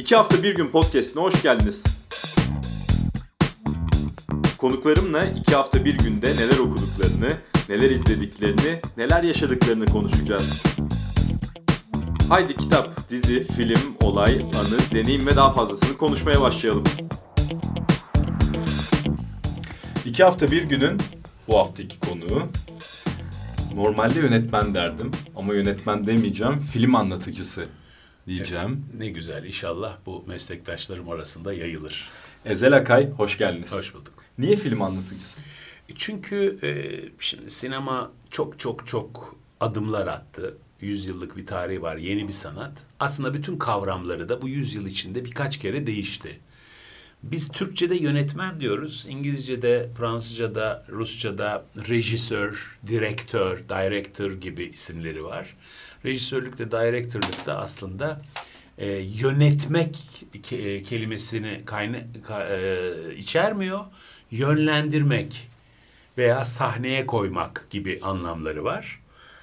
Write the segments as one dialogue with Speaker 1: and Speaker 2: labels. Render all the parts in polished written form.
Speaker 1: İki hafta bir gün podcastine hoş geldiniz. Konuklarımla 2 hafta bir günde neler okuduklarını, neler izlediklerini, neler yaşadıklarını konuşacağız. Haydi kitap, dizi, film, olay, anı, deneyim ve daha fazlasını konuşmaya başlayalım. 2 hafta bir günün bu haftaki konuğu, normalde yönetmen derdim ama yönetmen demeyeceğim, film anlatıcısı diyeceğim.
Speaker 2: Ne güzel, inşallah bu meslektaşlarım arasında yayılır.
Speaker 1: Ezel Akay, hoş geldiniz.
Speaker 2: Hoş bulduk.
Speaker 1: Niye film anlatıcısı?
Speaker 2: Çünkü şimdi sinema çok adımlar attı. 100 yıllık bir tarihi var, yeni bir sanat. Aslında bütün kavramları da bu 100 yıl içinde birkaç kere değişti. Biz Türkçe'de yönetmen diyoruz. İngilizce'de, Fransızca'da, Rusça'da rejisör, direktör, director gibi isimleri var. Rejisörlükte, direktörlükte aslında yönetmek kelimesini içermiyor. Yönlendirmek veya sahneye koymak gibi anlamları var.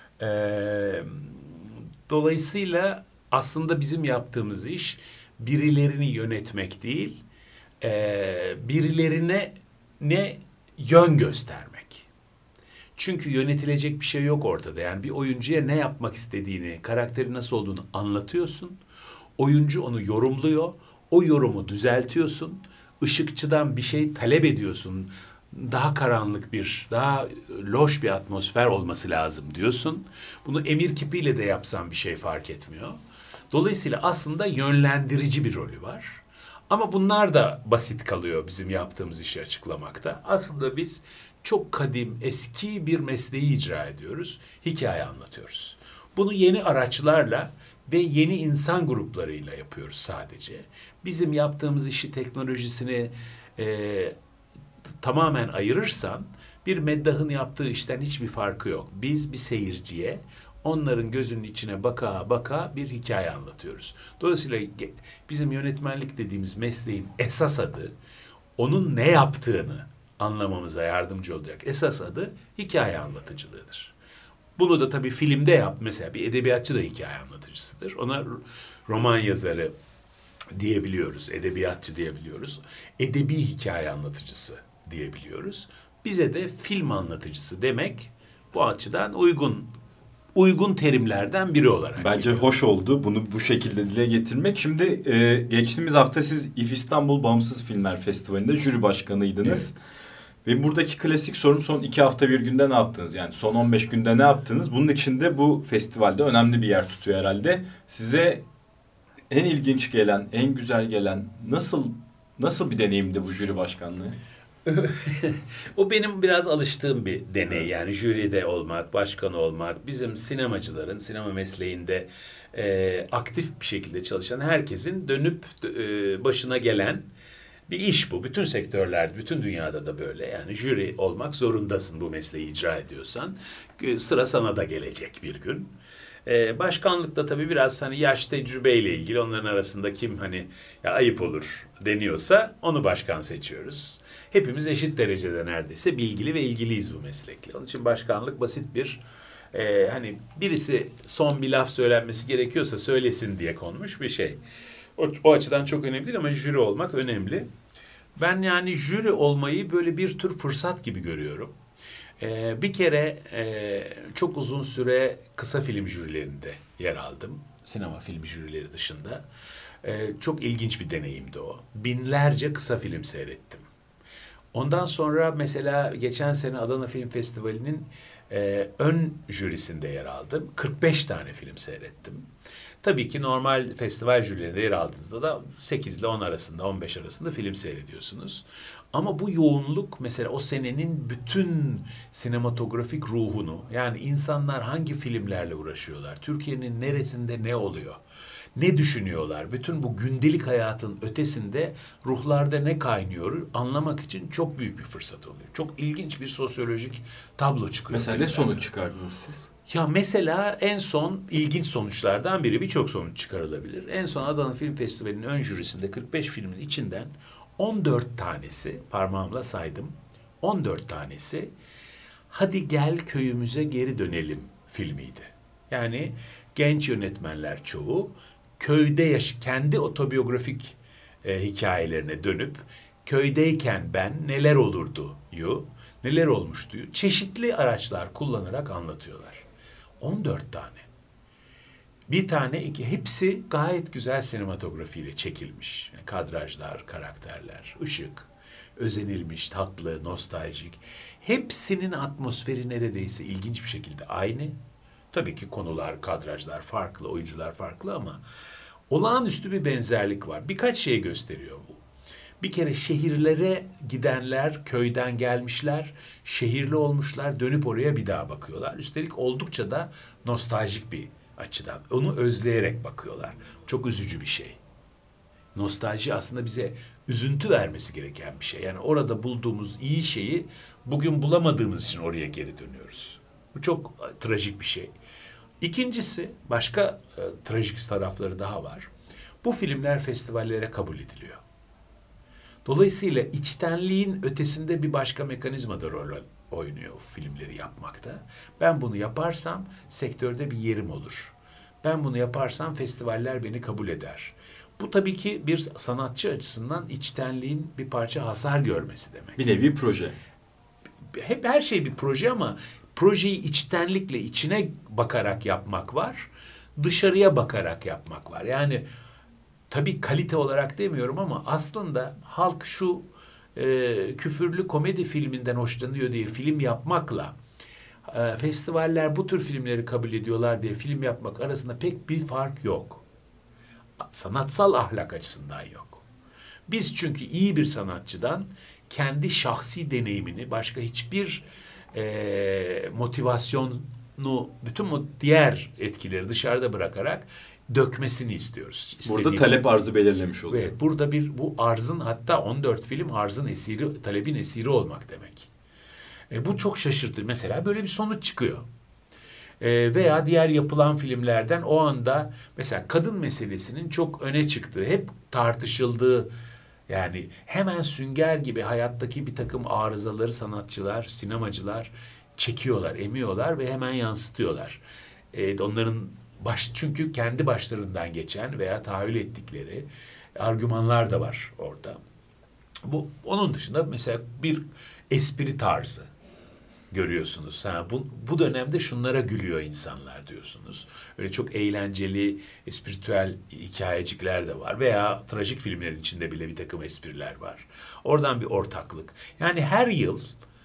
Speaker 2: Dolayısıyla aslında bizim yaptığımız iş birilerini yönetmek değil, birilerine yön göstermek. Çünkü yönetilecek bir şey yok ortada. Yani bir oyuncuya ne yapmak istediğini, karakteri nasıl olduğunu anlatıyorsun. Oyuncu onu yorumluyor. O yorumu düzeltiyorsun. Işıkçıdan bir şey talep ediyorsun. Daha karanlık daha loş bir atmosfer olması lazım diyorsun. Bunu emir kipiyle de yapsan bir şey fark etmiyor. Dolayısıyla aslında yönlendirici bir rolü var. Ama bunlar da basit kalıyor bizim yaptığımız işi açıklamakta. Aslında biz çok kadim, eski bir mesleği icra ediyoruz. Hikaye anlatıyoruz. Bunu yeni araçlarla ve yeni insan gruplarıyla yapıyoruz sadece. Bizim yaptığımız işi, teknolojisini tamamen ayırırsan bir meddahın yaptığı işten hiçbir farkı yok. Biz bir seyirciye onların gözünün içine baka baka bir hikaye anlatıyoruz. Dolayısıyla bizim yönetmenlik dediğimiz mesleğin esas adı, onun ne yaptığını anlamamıza yardımcı olacak esas adı hikaye anlatıcılığıdır. Bunu da tabii filmde mesela bir edebiyatçı da hikaye anlatıcısıdır. Ona roman yazarı diyebiliyoruz, edebiyatçı diyebiliyoruz. Edebi hikaye anlatıcısı diyebiliyoruz. Bize de film anlatıcısı demek bu açıdan uygun terimlerden biri olarak.
Speaker 1: Bence
Speaker 2: geliyor.
Speaker 1: Hoş oldu bunu bu şekilde dile getirmek. Şimdi geçtiğimiz hafta siz İF İstanbul Bağımsız Filmler Festivali'nde jüri başkanıydınız. Evet. Ve buradaki klasik sorum, son 2 hafta bir günde ne yaptınız? Yani son 15 günde ne yaptınız? Bunun içinde bu festivalde önemli bir yer tutuyor herhalde. Size en ilginç gelen, en güzel gelen nasıl bir deneyimdi bu jüri başkanlığı?
Speaker 2: O benim biraz alıştığım bir deney. Yani jüride olmak, başkan olmak, bizim sinemacıların, sinema mesleğinde aktif bir şekilde çalışan herkesin dönüp başına gelen bir iş bu. Bütün sektörlerde, bütün dünyada da böyle. Yani jüri olmak zorundasın bu mesleği icra ediyorsan. Sıra sana da gelecek bir gün. Başkanlıkta tabii biraz yaş tecrübeyle ilgili, onların arasında kim ya ayıp olur deniyorsa onu başkan seçiyoruz. Hepimiz eşit derecede neredeyse bilgili ve ilgiliyiz bu meslekle. Onun için başkanlık basit bir birisi son bir laf söylenmesi gerekiyorsa söylesin diye konmuş bir şey. O açıdan çok önemli değil ama jüri olmak önemli. Ben jüri olmayı böyle bir tür fırsat gibi görüyorum. Bir kere çok uzun süre kısa film jürilerinde yer aldım. Sinema filmi jürileri dışında. Çok ilginç bir deneyimdi o. Binlerce kısa film seyrettim. Ondan sonra mesela geçen sene Adana Film Festivali'nin ön jürisinde yer aldım. 45 tane film seyrettim. Tabii ki normal festival jürilerinde yer aldığınızda da 8 ile 10 arasında, 15 arasında film seyrediyorsunuz. Ama bu yoğunluk mesela o senenin bütün sinematografik ruhunu, yani insanlar hangi filmlerle uğraşıyorlar, Türkiye'nin neresinde ne oluyor, ne düşünüyorlar, bütün bu gündelik hayatın ötesinde ruhlarda ne kaynıyor anlamak için çok büyük bir fırsat oluyor. Çok ilginç bir sosyolojik tablo çıkıyor.
Speaker 1: Mesela ne sonuç çıkardınız siz?
Speaker 2: Ya mesela en son ilginç sonuçlardan biri, birçok sonuç çıkarılabilir. En son Adana Film Festivali'nin ön jürisinde 45 filmin içinden 14 tanesi, parmağımla saydım, 14 tanesi "Hadi gel köyümüze geri dönelim" filmiydi. Yani genç yönetmenler çoğu köyde kendi otobiyografik hikayelerine dönüp köydeyken ben neler olurduyu, neler olmuştuyu çeşitli araçlar kullanarak anlatıyorlar. 14 tane. Bir tane, iki, hepsi gayet güzel sinematografiyle çekilmiş. Yani kadrajlar, karakterler, ışık, özenilmiş, tatlı, nostaljik. Hepsinin atmosferi neredeyse ilginç bir şekilde aynı. Tabii ki konular, kadrajlar farklı, oyuncular farklı ama olağanüstü bir benzerlik var. Birkaç şey gösteriyor bu. Bir kere şehirlere gidenler köyden gelmişler, şehirli olmuşlar, dönüp oraya bir daha bakıyorlar. Üstelik oldukça da nostaljik bir açıdan. Onu özleyerek bakıyorlar. Çok üzücü bir şey. Nostalji aslında bize üzüntü vermesi gereken bir şey. Yani orada bulduğumuz iyi şeyi bugün bulamadığımız için oraya geri dönüyoruz. Bu çok trajik bir şey. İkincisi, başka trajik tarafları daha var. Bu filmler festivallere kabul ediliyor. Dolayısıyla içtenliğin ötesinde bir başka mekanizma da rol oynuyor filmleri yapmakta. Ben bunu yaparsam sektörde bir yerim olur. Ben bunu yaparsam festivaller beni kabul eder. Bu tabii ki bir sanatçı açısından içtenliğin bir parça hasar görmesi demek.
Speaker 1: Bir nevi proje.
Speaker 2: Hep her şey bir proje ama projeyi içtenlikle içine bakarak yapmak var. Dışarıya bakarak yapmak var. Yani tabii kalite olarak demiyorum ama aslında halk şu küfürlü komedi filminden hoşlanıyor diye film yapmakla festivaller bu tür filmleri kabul ediyorlar diye film yapmak arasında pek bir fark yok. Sanatsal ahlak açısından yok. Biz çünkü iyi bir sanatçıdan kendi şahsi deneyimini başka hiçbir motivasyonu, bütün o diğer etkileri dışarıda bırakarak dökmesini istiyoruz.
Speaker 1: Burada talep arzı belirlemiş oluyor.
Speaker 2: Evet, burada bu arzın, hatta 14 film arzın esiri, talebin esiri olmak demek. Bu çok şaşırtıcı. Mesela böyle bir sonuç çıkıyor. Veya diğer yapılan filmlerden o anda mesela kadın meselesinin çok öne çıktığı, hep tartışıldığı, yani hemen sünger gibi hayattaki bir takım arızaları sanatçılar, sinemacılar çekiyorlar, emiyorlar ve hemen yansıtıyorlar. Onların çünkü kendi başlarından geçen veya tahayyül ettikleri argümanlar da var orada. Onun dışında mesela bir espri tarzı görüyorsunuz. Bu dönemde şunlara gülüyor insanlar diyorsunuz. Öyle çok eğlenceli, espritüel hikayecikler de var. Veya trajik filmlerin içinde bile bir takım espriler var. Oradan bir ortaklık. Yani her yıl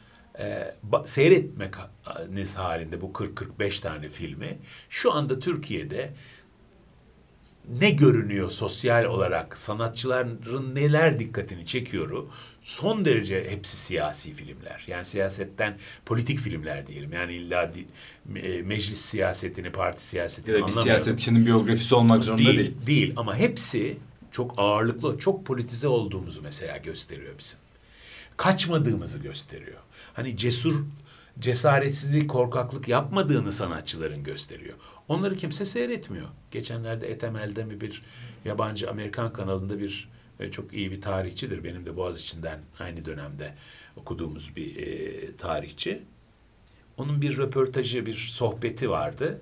Speaker 2: seyretmeniz halinde bu 40-45 tane filmi şu anda Türkiye'de ne görünüyor sosyal olarak, sanatçıların neler dikkatini çekiyor, son derece hepsi siyasi filmler. Yani siyasetten politik filmler diyelim. Yani illa meclis siyasetini, parti siyasetini
Speaker 1: anlamıyorum. Bir siyasetçinin biyografisi olmak zorunda değil.
Speaker 2: Değil ama hepsi çok ağırlıklı, çok politize olduğumuzu mesela gösteriyor bizim. Kaçmadığımızı gösteriyor. Hani cesaretsizlik, korkaklık yapmadığını sanatçıların gösteriyor. Onları kimse seyretmiyor. Geçenlerde Ethem Eldem'i bir yabancı Amerikan kanalında bir çok iyi bir tarihçidir. Benim de Boğaziçi'nden aynı dönemde okuduğumuz bir tarihçi. Onun bir röportajı, bir sohbeti vardı.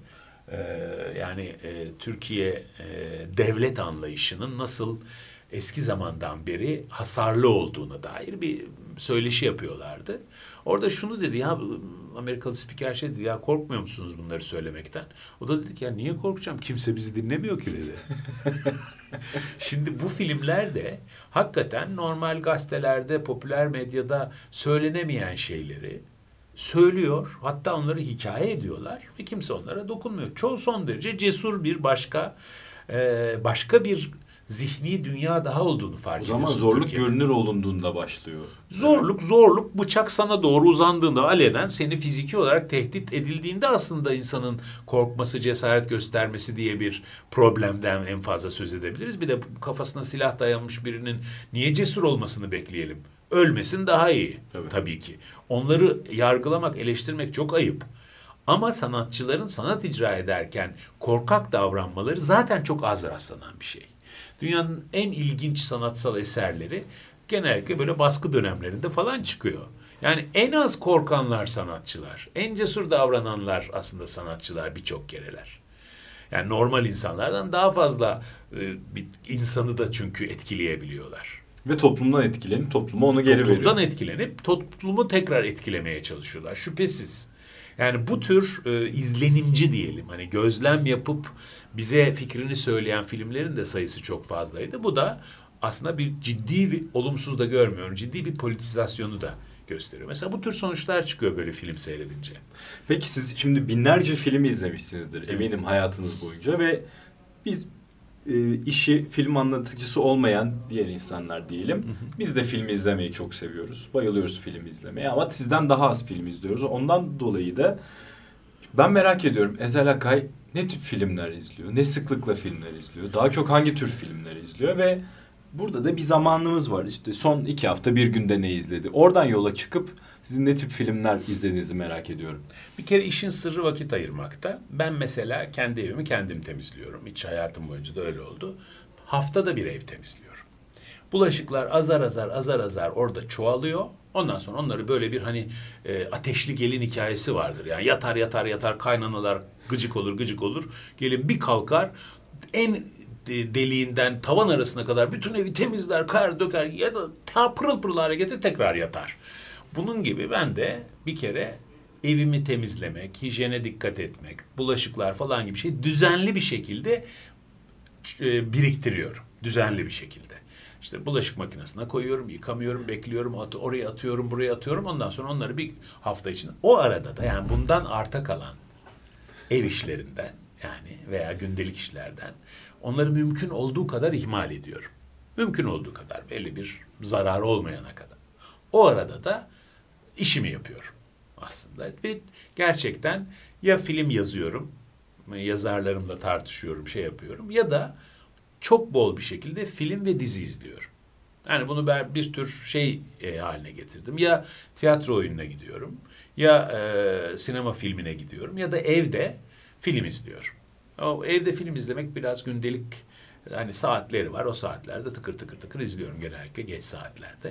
Speaker 2: Türkiye devlet anlayışının nasıl eski zamandan beri hasarlı olduğuna dair bir söyleşi yapıyorlardı. Orada şunu dedi, ya Amerikalı spiker dedi, ya korkmuyor musunuz bunları söylemekten? O da dedi ki, ya niye korkacağım? Kimse bizi dinlemiyor ki dedi. Şimdi bu filmler de hakikaten normal gazetelerde, popüler medyada söylenemeyen şeyleri söylüyor. Hatta onları hikaye ediyorlar ve kimse onlara dokunmuyor. Çoğu son derece cesur bir başka bir zihni dünya daha olduğunu fark ediyorsunuz.
Speaker 1: O zaman zorluk Türkiye'de görünür olunduğunda başlıyor.
Speaker 2: Zorluk bıçak sana doğru uzandığında, alenen seni fiziki olarak tehdit edildiğinde aslında insanın korkması, cesaret göstermesi diye bir problemden en fazla söz edebiliriz. Bir de kafasına silah dayanmış birinin niye cesur olmasını bekleyelim? Ölmesin daha iyi. Tabii ki. Onları yargılamak, eleştirmek çok ayıp. Ama sanatçıların sanat icra ederken korkak davranmaları zaten çok az rastlanan bir şey. Dünyanın en ilginç sanatsal eserleri genellikle böyle baskı dönemlerinde falan çıkıyor. Yani en az korkanlar sanatçılar, en cesur davrananlar aslında sanatçılar birçok kereler. Yani normal insanlardan daha fazla Bir insanı da çünkü etkileyebiliyorlar.
Speaker 1: Ve toplumdan etkilenip topluma onu geri veriyor.
Speaker 2: Toplumdan etkilenip toplumu tekrar etkilemeye çalışıyorlar. Şüphesiz. Yani bu tür izlenimci diyelim, hani gözlem yapıp bize fikrini söyleyen filmlerin de sayısı çok fazlaydı. Bu da aslında bir ciddi bir, olumsuz da görmüyorum, ciddi bir politizasyonu da gösteriyor. Mesela bu tür sonuçlar çıkıyor böyle film seyredince.
Speaker 1: Peki siz şimdi binlerce film izlemişsinizdir eminim hayatınız boyunca ve biz işi film anlatıcısı olmayan diğer insanlar diyelim. Biz de film izlemeyi çok seviyoruz. Bayılıyoruz film izlemeye ama sizden daha az film izliyoruz. Ondan dolayı da ben merak ediyorum. Ezel Akay ne tip filmler izliyor? Ne sıklıkla filmler izliyor? Daha çok hangi tür filmler izliyor? Ve burada da bir zamanımız var. İşte son 2 hafta bir günde ne izledi? Oradan yola çıkıp sizin ne tip filmler izlediğinizi merak ediyorum.
Speaker 2: Bir kere işin sırrı vakit ayırmakta. Ben mesela kendi evimi kendim temizliyorum. Hiç hayatım boyunca da öyle oldu. Haftada bir ev temizliyorum. Bulaşıklar azar azar orada çoğalıyor. Ondan sonra onları böyle bir hani ateşli gelin hikayesi vardır. Yani yatar kaynanalar gıcık olur. Gelin bir kalkar en deliğinden tavan arasına kadar bütün evi temizler, kar döker ya da pırıl pırıl hale getirir tekrar yatar. Bunun gibi ben de bir kere evimi temizlemek, hijyene dikkat etmek, bulaşıklar falan gibi şey düzenli bir şekilde biriktiriyorum. Düzenli bir şekilde. İşte bulaşık makinesine koyuyorum, yıkamıyorum, bekliyorum, oraya atıyorum, buraya atıyorum. Ondan sonra onları bir hafta içinde. O arada da yani bundan arta kalan ev işlerinden yani veya gündelik işlerden onları mümkün olduğu kadar ihmal ediyorum. Mümkün olduğu kadar belli bir zarar olmayana kadar. O arada da işimi yapıyorum aslında ve gerçekten ya film yazıyorum, yazarlarımla tartışıyorum, şey yapıyorum ya da çok bol bir şekilde film ve dizi izliyorum. Yani bunu ben bir tür şey haline getirdim. Ya tiyatro oyununa gidiyorum, ya sinema filmine gidiyorum ya da evde film izliyorum. O evde film izlemek biraz gündelik hani saatleri var. O saatlerde tıkır tıkır izliyorum genellikle geç saatlerde.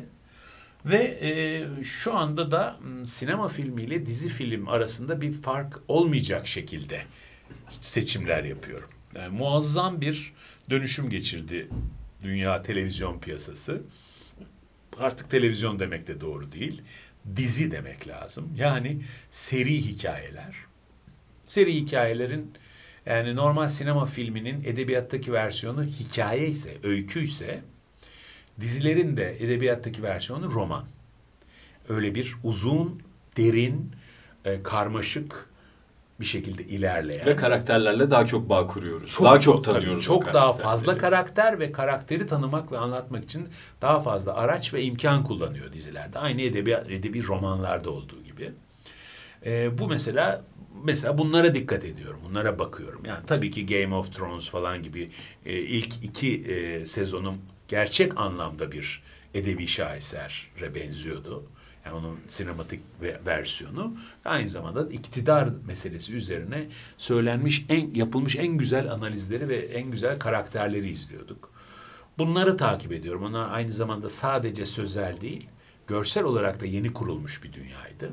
Speaker 2: Ve şu anda da sinema filmiyle dizi film arasında bir fark olmayacak şekilde seçimler yapıyorum. Yani muazzam bir dönüşüm geçirdi dünya televizyon piyasası. Artık televizyon demek de doğru değil. Dizi demek lazım. Yani seri hikayeler. Seri hikayelerin yani normal sinema filminin edebiyattaki versiyonu hikaye ise, öykü ise dizilerin de edebiyattaki versiyonu roman. Öyle bir uzun, derin, karmaşık bir şekilde ilerleyen.
Speaker 1: Ve karakterlerle daha çok bağ kuruyoruz. Daha çok tanıyoruz.
Speaker 2: Çok daha fazla karakter ve karakteri tanımak ve anlatmak için daha fazla araç ve imkan kullanıyor dizilerde. Aynı edebi romanlarda olduğu gibi. Bu mesela bunlara dikkat ediyorum. Bunlara bakıyorum. Yani tabii ki Game of Thrones falan gibi ilk 2 sezonum gerçek anlamda bir edebi şahesere benziyordu. Yani onun sinematik versiyonu aynı zamanda iktidar meselesi üzerine yapılmış en güzel analizleri ve en güzel karakterleri izliyorduk. Bunları takip ediyorum. Onlar aynı zamanda sadece sözel değil, görsel olarak da yeni kurulmuş bir dünyaydı.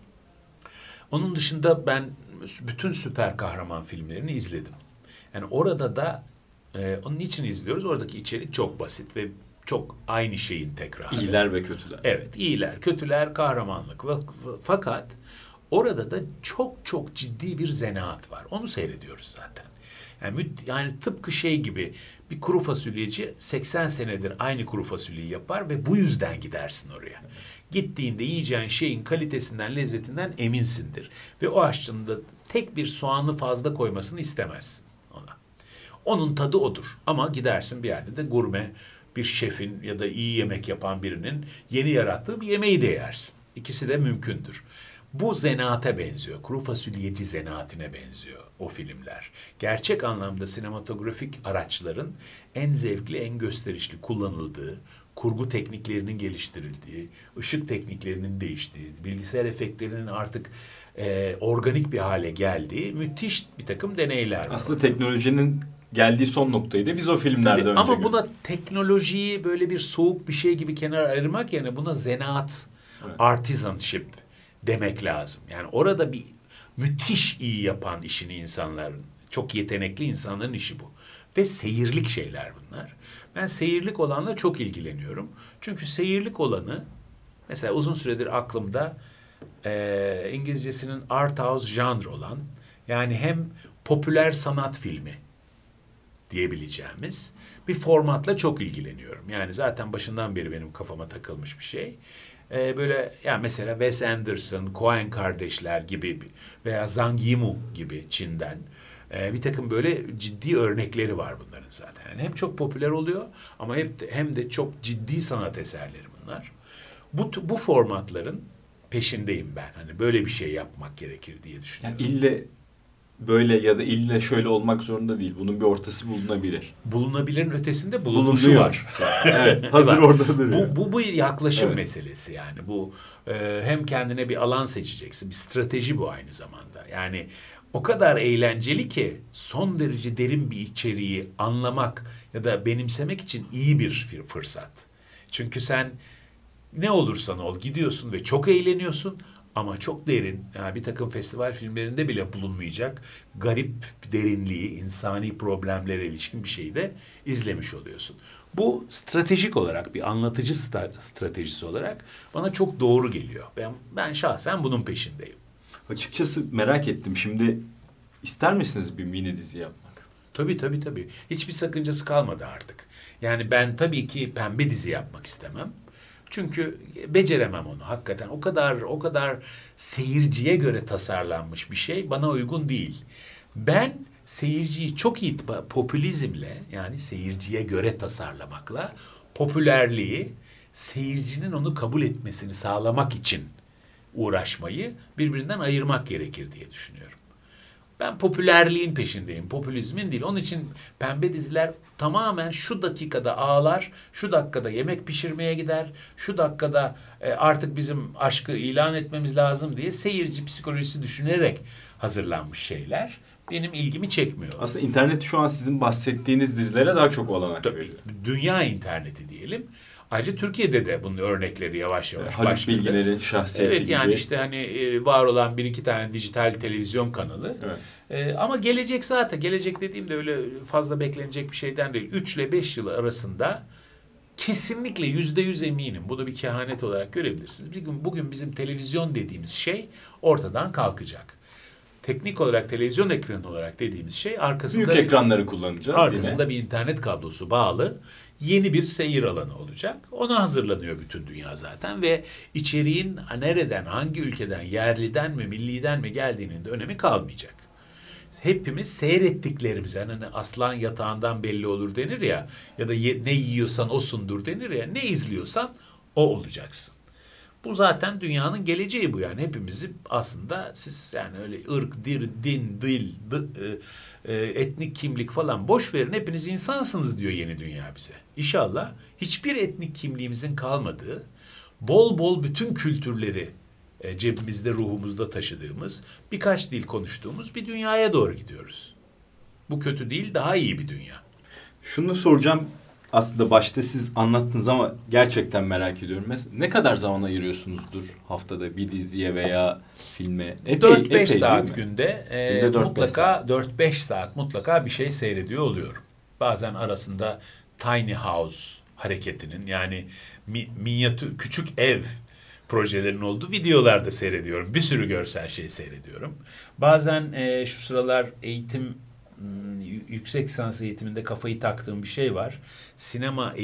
Speaker 2: Onun dışında ben bütün süper kahraman filmlerini izledim. Yani orada da onun için izliyoruz. Oradaki içerik çok basit ve çok aynı şeyin tekrarı.
Speaker 1: İyiler ve kötüler.
Speaker 2: Evet, iyiler, kötüler, kahramanlık. Fakat orada da çok ciddi bir zanaat var. Onu seyrediyoruz zaten. Yani tıpkı şey gibi bir kuru fasulyeci 80 senedir aynı kuru fasulyeyi yapar ve bu yüzden gidersin oraya. Gittiğinde yiyeceğin şeyin kalitesinden, lezzetinden eminsindir. Ve o aşçının da tek bir soğanı fazla koymasını istemezsin ona. Onun tadı odur. Ama gidersin bir yerde de gurme bir şefin ya da iyi yemek yapan birinin yeni yarattığı bir yemeği de yersin. İkisi de mümkündür. Bu zanaate benziyor. Kuru fasulyeci zanaatine benziyor o filmler. Gerçek anlamda sinematografik araçların en zevkli, en gösterişli kullanıldığı, kurgu tekniklerinin geliştirildiği, ışık tekniklerinin değiştiği, bilgisayar efektlerinin artık organik bir hale geldiği müthiş bir takım deneyler var.
Speaker 1: Aslında teknolojinin geldiği son noktayı da biz o filmlerde önce
Speaker 2: ama gördük. Buna teknolojiyi böyle bir soğuk bir şey gibi kenara ayırmak yerine buna zanaat, evet, artisanship demek lazım. Yani orada bir müthiş iyi yapan işini insanların, çok yetenekli insanların işi bu. Ve seyirlik şeyler bunlar. Ben seyirlik olanla çok ilgileniyorum. Çünkü seyirlik olanı mesela uzun süredir aklımda İngilizcesinin art house genre olan, yani hem popüler sanat filmi diyebileceğimiz bir formatla çok ilgileniyorum. Yani zaten başından beri benim kafama takılmış bir şey. Böyle yani mesela Wes Anderson, Coen kardeşler gibi veya Zhang Yimou gibi Çin'den bir takım böyle ciddi örnekleri var bunların zaten. Yani hem çok popüler oluyor ama hem de çok ciddi sanat eserleri bunlar. Bu formatların peşindeyim ben. Hani böyle bir şey yapmak gerekir diye düşünüyorum.
Speaker 1: Yani ille böyle ya da ille şöyle olmak zorunda değil. Bunun bir ortası bulunabilir.
Speaker 2: Bulunabilirin ötesinde bulunuşu var.
Speaker 1: Evet, hazır orada duruyor.
Speaker 2: Bu bir yaklaşım
Speaker 1: evet.
Speaker 2: meselesi yani. Bu hem kendine bir alan seçeceksin. Bir strateji bu aynı zamanda. Yani o kadar eğlenceli ki son derece derin bir içeriği anlamak ya da benimsemek için iyi bir fırsat. Çünkü sen ne olursan ol gidiyorsun ve çok eğleniyorsun ama çok derin, yani bir takım festival filmlerinde bile bulunmayacak garip derinliği, insani problemlere ilişkin bir şeyi de izlemiş oluyorsun. Bu stratejik olarak, bir anlatıcı stratejisi olarak bana çok doğru geliyor. Ben şahsen bunun peşindeyim.
Speaker 1: Açıkçası merak ettim. Şimdi ister misiniz bir mini dizi yapmak?
Speaker 2: Tabii. Hiçbir sakıncası kalmadı artık. Yani ben tabii ki pembe dizi yapmak istemem. Çünkü beceremem onu hakikaten. O kadar seyirciye göre tasarlanmış bir şey bana uygun değil. Ben seyirciyi çok iyi popülizmle, yani seyirciye göre tasarlamakla popülerliği, seyircinin onu kabul etmesini sağlamak için uğraşmayı birbirinden ayırmak gerekir diye düşünüyorum. Ben popülerliğin peşindeyim, popülizmin değil. Onun için pembe diziler tamamen şu dakikada ağlar, şu dakikada yemek pişirmeye gider, şu dakikada artık bizim aşkı ilan etmemiz lazım diye seyirci psikolojisi düşünerek hazırlanmış şeyler benim ilgimi çekmiyor.
Speaker 1: Aslında internet şu an sizin bahsettiğiniz dizilere daha çok olanak veriyor.
Speaker 2: Dünya interneti diyelim. Ayrıca Türkiye'de de bunun örnekleri yavaş yavaş başladı.
Speaker 1: Haluk Bilginer'in şahsiyeti
Speaker 2: gibi.
Speaker 1: gibi.
Speaker 2: Yani işte hani var olan bir iki tane dijital televizyon kanalı.
Speaker 1: Evet.
Speaker 2: Ama gelecek zaten. Gelecek dediğimde öyle fazla beklenecek bir şeyden değil. 3 ile 5 yıl arasında kesinlikle %100 eminim. Bunu bir kehanet olarak görebilirsiniz. Bugün bizim televizyon dediğimiz şey ortadan kalkacak. Teknik olarak televizyon ekranı olarak dediğimiz şey arkasında...
Speaker 1: Büyük ekranları kullanacağız
Speaker 2: arkasında bir internet kablosu bağlı yeni bir seyir alanı olacak. Ona hazırlanıyor bütün dünya zaten ve içeriğin nereden, hangi ülkeden, yerliden mi, milliden mi geldiğinin de önemi kalmayacak. Hepimiz seyrettiklerimiz, yani hani aslan yatağından belli olur denir ya, ya da ne yiyorsan osundur denir ya, ne izliyorsan o olacaksın. Bu zaten dünyanın geleceği bu yani. Hepimizi aslında siz yani öyle ırk, din, dil, etnik kimlik falan boş verin. Hepiniz insansınız diyor yeni dünya bize. İnşallah hiçbir etnik kimliğimizin kalmadığı, bol bol bütün kültürleri cebimizde, ruhumuzda taşıdığımız, birkaç dil konuştuğumuz bir dünyaya doğru gidiyoruz. Bu kötü değil, daha iyi bir dünya.
Speaker 1: Şunu soracağım. Aslında başta siz anlattınız ama gerçekten merak ediyorum. Mesela ne kadar zaman ayırıyorsunuzdur haftada bir diziye veya filme?
Speaker 2: 4-5 saat günde,
Speaker 1: günde
Speaker 2: mutlaka 4-5 saat mutlaka bir şey seyrediyor oluyorum. Bazen arasında tiny house hareketinin, yani minyatür küçük ev projelerinin olduğu videolarda seyrediyorum. Bir sürü görsel şey seyrediyorum. Bazen şu sıralar yüksek lisans eğitiminde kafayı taktığım bir şey var. Sinema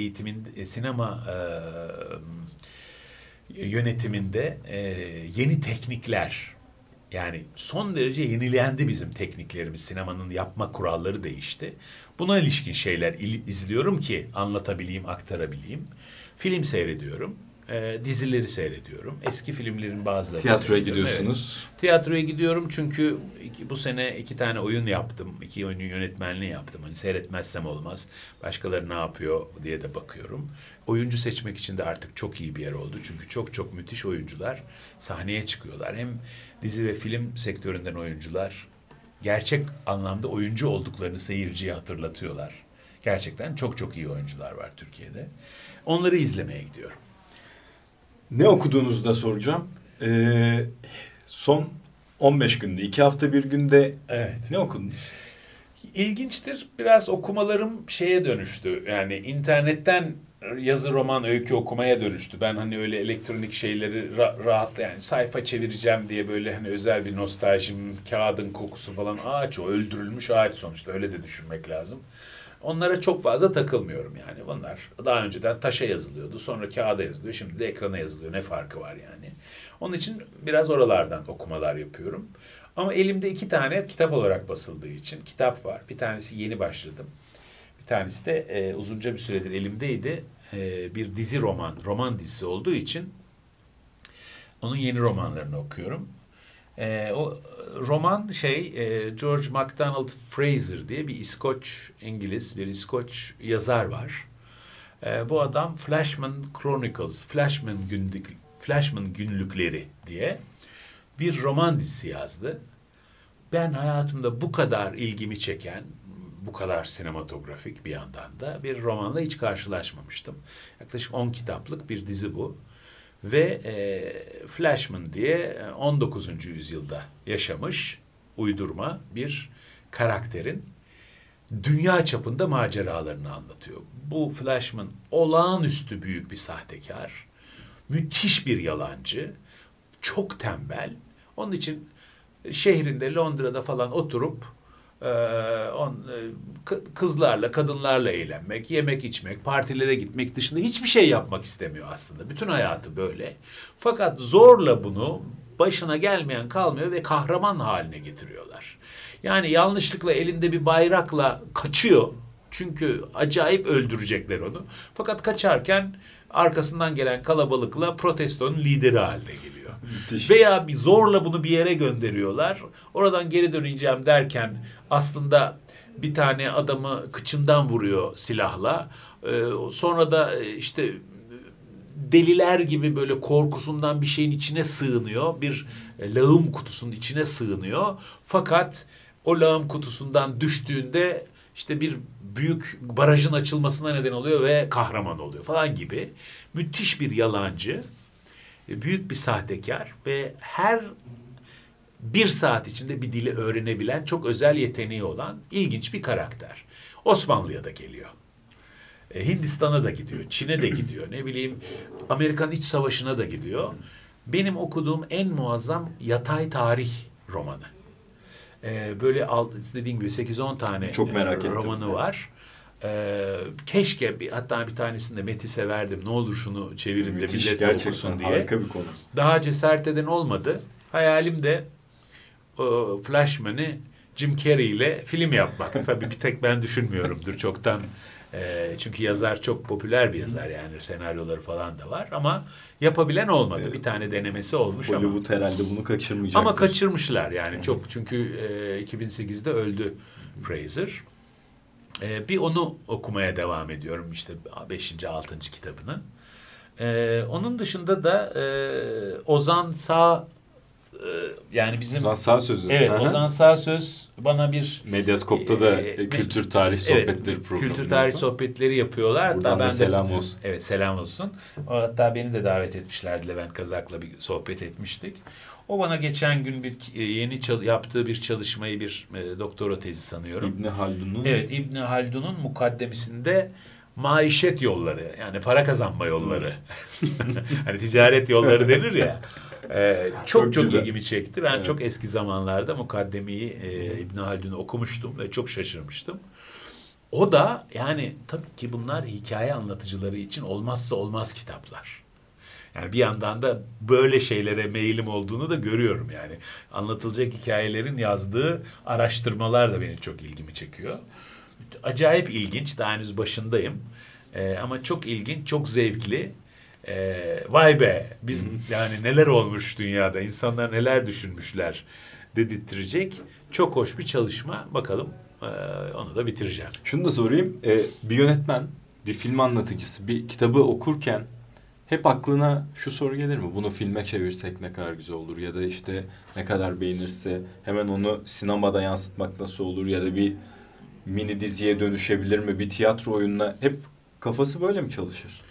Speaker 2: yönetiminde yeni teknikler, yani son derece yenilendi bizim tekniklerimiz. Sinemanın yapma kuralları değişti. Buna ilişkin şeyler izliyorum ki anlatabileyim, aktarabileyim. Film seyrediyorum. Dizileri seyrediyorum. Eski filmlerin bazılarını
Speaker 1: tiyatroya gidiyorsunuz.
Speaker 2: Evet. Tiyatroya gidiyorum çünkü bu sene 2 tane oyun yaptım. 2 oyunun yönetmenliği yaptım. Hani seyretmezsem olmaz. Başkaları ne yapıyor diye de bakıyorum. Oyuncu seçmek için de artık çok iyi bir yer oldu. Çünkü çok çok müthiş oyuncular sahneye çıkıyorlar. Hem dizi ve film sektöründen oyuncular gerçek anlamda oyuncu olduklarını seyirciye hatırlatıyorlar. Gerçekten çok çok iyi oyuncular var Türkiye'de. Onları izlemeye gidiyorum.
Speaker 1: Ne okuduğunuzu da soracağım. Son 15 günde, 2 hafta bir günde
Speaker 2: evet.
Speaker 1: Ne okudunuz?
Speaker 2: İlginçtir. Biraz okumalarım şeye dönüştü. Yani internetten yazı, roman, öykü okumaya dönüştü. Ben hani öyle elektronik şeyleri rahatla, yani sayfa çevireceğim diye böyle hani özel bir nostaljim, kağıdın kokusu falan, ağaç, o öldürülmüş ağaç sonuçta, öyle de düşünmek lazım. Onlara çok fazla takılmıyorum yani. Bunlar daha önceden taşa yazılıyordu, sonra kağıda yazılıyor, şimdi de ekrana yazılıyor. Ne farkı var yani? Onun için biraz oralardan okumalar yapıyorum. Ama elimde 2 tane kitap olarak basıldığı için kitap var. Bir tanesi yeni başladım. Bir tanesi de uzunca bir süredir elimdeydi. Bir dizi roman dizisi olduğu için onun yeni romanlarını okuyorum. O roman George MacDonald Fraser diye bir İskoç yazar var. Bu adam Flashman Günlükleri diye bir roman dizisi yazdı. Ben hayatımda bu kadar ilgimi çeken, bu kadar sinematografik bir yandan da bir romanla hiç karşılaşmamıştım. Yaklaşık 10 kitaplık bir dizi bu. Ve Flashman diye 19. yüzyılda yaşamış uydurma bir karakterin dünya çapında maceralarını anlatıyor. Bu Flashman olağanüstü büyük bir sahtekar, müthiş bir yalancı, çok tembel. Onun için şehrinde, Londra'da falan oturup kızlarla, kadınlarla eğlenmek, yemek içmek, partilere gitmek dışında hiçbir şey yapmak istemiyor aslında. Bütün hayatı böyle. Fakat zorla bunu başına gelmeyen kalmıyor ve kahraman haline getiriyorlar. Yani yanlışlıkla elinde bir bayrakla kaçıyor. Çünkü acayip öldürecekler onu. Fakat kaçarken arkasından gelen kalabalıkla protestonun lideri haline geliyor. Müthiş. Veya bir zorla bunu bir yere gönderiyorlar. Oradan geri döneceğim derken aslında bir tane adamı kıçından vuruyor silahla. Sonra da işte deliler gibi böyle korkusundan bir şeyin içine sığınıyor. Bir lağım kutusunun içine sığınıyor. Fakat o lağım kutusundan düştüğünde işte bir büyük barajın açılmasına neden oluyor ve kahraman oluyor falan gibi. Müthiş bir yalancı, büyük bir sahtekar ve her 1 saat içinde bir dili öğrenebilen, çok özel yeteneği olan ilginç bir karakter. Osmanlı'ya da geliyor. Hindistan'a da gidiyor, Çin'e de gidiyor, ne bileyim Amerikan İç Savaşı'na da gidiyor. Benim okuduğum en muazzam yatay tarih romanı. Böyle dediğim gibi 8-10 tane
Speaker 1: çok merak
Speaker 2: romanı
Speaker 1: ettim.
Speaker 2: Var. Keşke hatta bir tanesini de Met'i severdim. Ne olur şunu çevirin de millet de okusun diye.
Speaker 1: Harika bir konu.
Speaker 2: Daha cesaret eden olmadı. Hayalim de Flashman'ı Jim Carrey ile film yapmak. Tabii bir tek ben düşünmüyorumdur çoktan. Çünkü yazar çok popüler bir yazar, yani senaryoları falan da var ama yapabilen olmadı. Evet. Bir tane denemesi olmuş
Speaker 1: Hollywood
Speaker 2: ama.
Speaker 1: Hollywood herhalde bunu kaçırmayacaktır.
Speaker 2: Ama kaçırmışlar yani çok, çünkü 2008'de öldü Fraser. Bir onu okumaya devam ediyorum, işte 5. 6. kitabını. Onun dışında da Ozan Sağ, yani bizim
Speaker 1: Ozan Sağsöz'ü.
Speaker 2: Evet, Ozan Sağsöz bana bir
Speaker 1: Medyaskop'ta da kültür tarih sohbetleri programı.
Speaker 2: Kültür tarih sohbetleri yapıyorlar.
Speaker 1: Buradan
Speaker 2: hatta
Speaker 1: da selam olsun.
Speaker 2: Evet, selam olsun. Hatta beni de davet etmişlerdi. Levent Kazak'la bir sohbet etmiştik. O bana geçen gün yeni yaptığı bir çalışmayı, bir doktora tezi sanıyorum.
Speaker 1: İbn Haldun'un.
Speaker 2: Evet, İbn Haldun'un mukaddemesinde maişet yolları, yani para kazanma yolları. Hani ticaret yolları denir ya. Çok ilgimi çekti. Ben çok eski zamanlarda mukaddemeyi İbn Haldun'u okumuştum ve çok şaşırmıştım. O da yani tabii ki bunlar hikaye anlatıcıları için olmazsa olmaz kitaplar. Yani bir yandan da böyle şeylere meyilim olduğunu da görüyorum yani. Anlatılacak hikayelerin yazdığı araştırmalar da benim çok ilgimi çekiyor. Acayip ilginç, daha henüz başındayım. Ama çok ilginç, çok zevkli. Vay be, biz yani neler olmuş dünyada, insanlar neler düşünmüşler dedirtecek çok hoş bir çalışma. Bakalım onu da bitireceğim.
Speaker 1: Şunu da sorayım, bir yönetmen, bir film anlatıcısı bir kitabı okurken hep aklına şu soru gelir mi? Bunu filme çevirsek ne kadar güzel olur, ya da işte ne kadar beğenirse hemen onu sinemada yansıtmak nasıl olur, ya da bir mini diziye dönüşebilir mi, bir tiyatro oyununa, hep kafası böyle mi çalışır?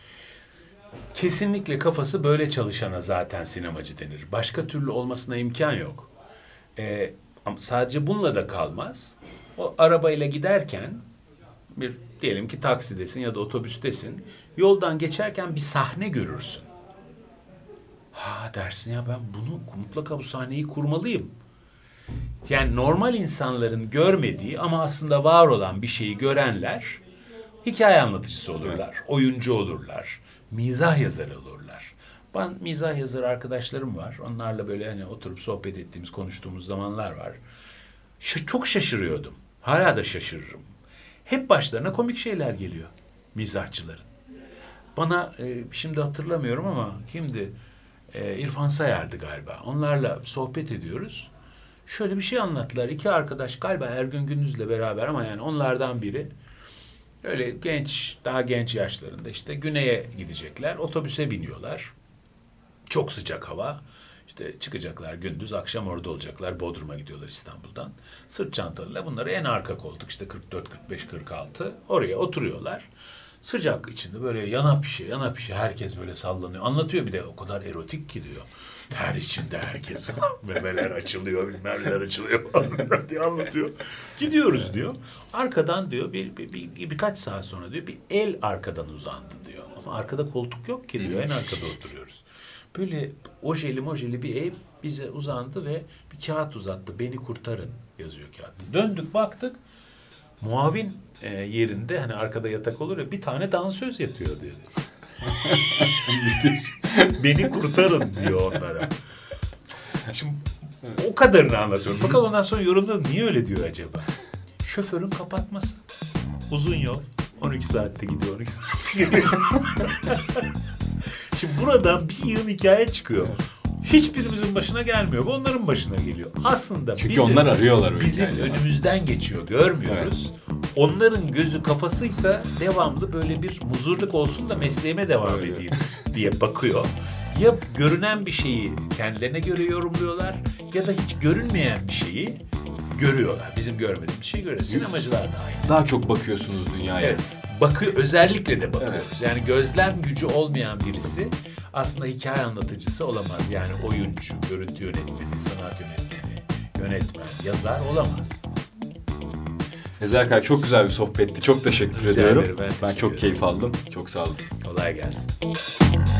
Speaker 2: Kesinlikle kafası böyle çalışana zaten sinemacı denir. Başka türlü olmasına imkan yok. Ama sadece bununla da kalmaz. O arabayla giderken bir diyelim ki taksidesin ya da otobüstesin. Yoldan geçerken bir sahne görürsün. Ha dersin ya ben mutlaka bu sahneyi kurmalıyım. Yani normal insanların görmediği ama aslında var olan bir şeyi görenler hikaye anlatıcısı olurlar, oyuncu olurlar, mizah yazarı olurlar. Ben mizah yazarı arkadaşlarım var. Onlarla böyle hani oturup sohbet ettiğimiz, konuştuğumuz zamanlar var. Çok şaşırıyordum. Hala da şaşırırım. Hep başlarına komik şeyler geliyor mizahçıların. Bana şimdi hatırlamıyorum ama kimdi? İrfan Sayar'dı galiba. Onlarla sohbet ediyoruz. Şöyle bir şey anlattılar. 2 arkadaş galiba Ergün Gündüz'le beraber ama yani onlardan biri öyle daha genç yaşlarında işte güneye gidecekler. Otobüse biniyorlar. Çok sıcak hava. İşte çıkacaklar gündüz, akşam orada olacaklar. Bodrum'a gidiyorlar İstanbul'dan. Sırt çantalarıyla bunları en arka koltuk işte 44, 45, 46 oraya oturuyorlar. Sıcak içinde böyle yana pişe herkes böyle sallanıyor. Anlatıyor bir de o kadar erotik ki diyor. Ter içinde herkes memeler açılıyor, bilmem neler açılıyor falan diye anlatıyor. Gidiyoruz diyor. Arkadan diyor birkaç saat sonra diyor bir el arkadan uzandı diyor. Ama arkada koltuk yok ki diyor. En arkada oturuyoruz. Böyle ojeli bir ev bize uzandı ve bir kağıt uzattı. Beni kurtarın yazıyor kağıtta. Döndük baktık. Muavin yerinde hani arkada yatak olur ya bir tane dansöz yatıyor diyor. Beni kurtarın diyor onlara. Şimdi o kadarını anlatıyorum. Fakat ondan sonra yorumladım. Niye öyle diyor acaba? Şoförün kapatması. Uzun yol. 12 saatte gidiyor, 12 saatte geliyor. Şimdi buradan bir yığın hikaye çıkıyor. Hiçbirimizin başına gelmiyor. Bu onların başına geliyor. Aslında
Speaker 1: çünkü onlar arıyorlar.
Speaker 2: Bizim önümüzden geçiyor. Görmüyoruz. Evet. Onların gözü kafasıysa devamlı böyle bir muzurluk olsun da mesleğime devam edeyim diye bakıyor. Ya görünen bir şeyi kendilerine göre yorumluyorlar ya da hiç görünmeyen bir şeyi görüyorlar. Bizim görmediğimiz şeyi görüyor. Sinemacılar da aynı.
Speaker 1: Daha çok bakıyorsunuz dünyaya.
Speaker 2: Evet. Özellikle de bakıyoruz. Evet. Yani gözlem gücü olmayan birisi aslında hikaye anlatıcısı olamaz. Yani oyuncu, görüntü yönetmeni, sanat yönetmeni, yönetmen, yazar olamaz.
Speaker 1: Ezel Kaya çok güzel bir sohbetti. Çok teşekkür ediyorum. Ben çok
Speaker 2: teşekkür
Speaker 1: keyif aldım. Çok sağ olun.
Speaker 2: Kolay gelsin.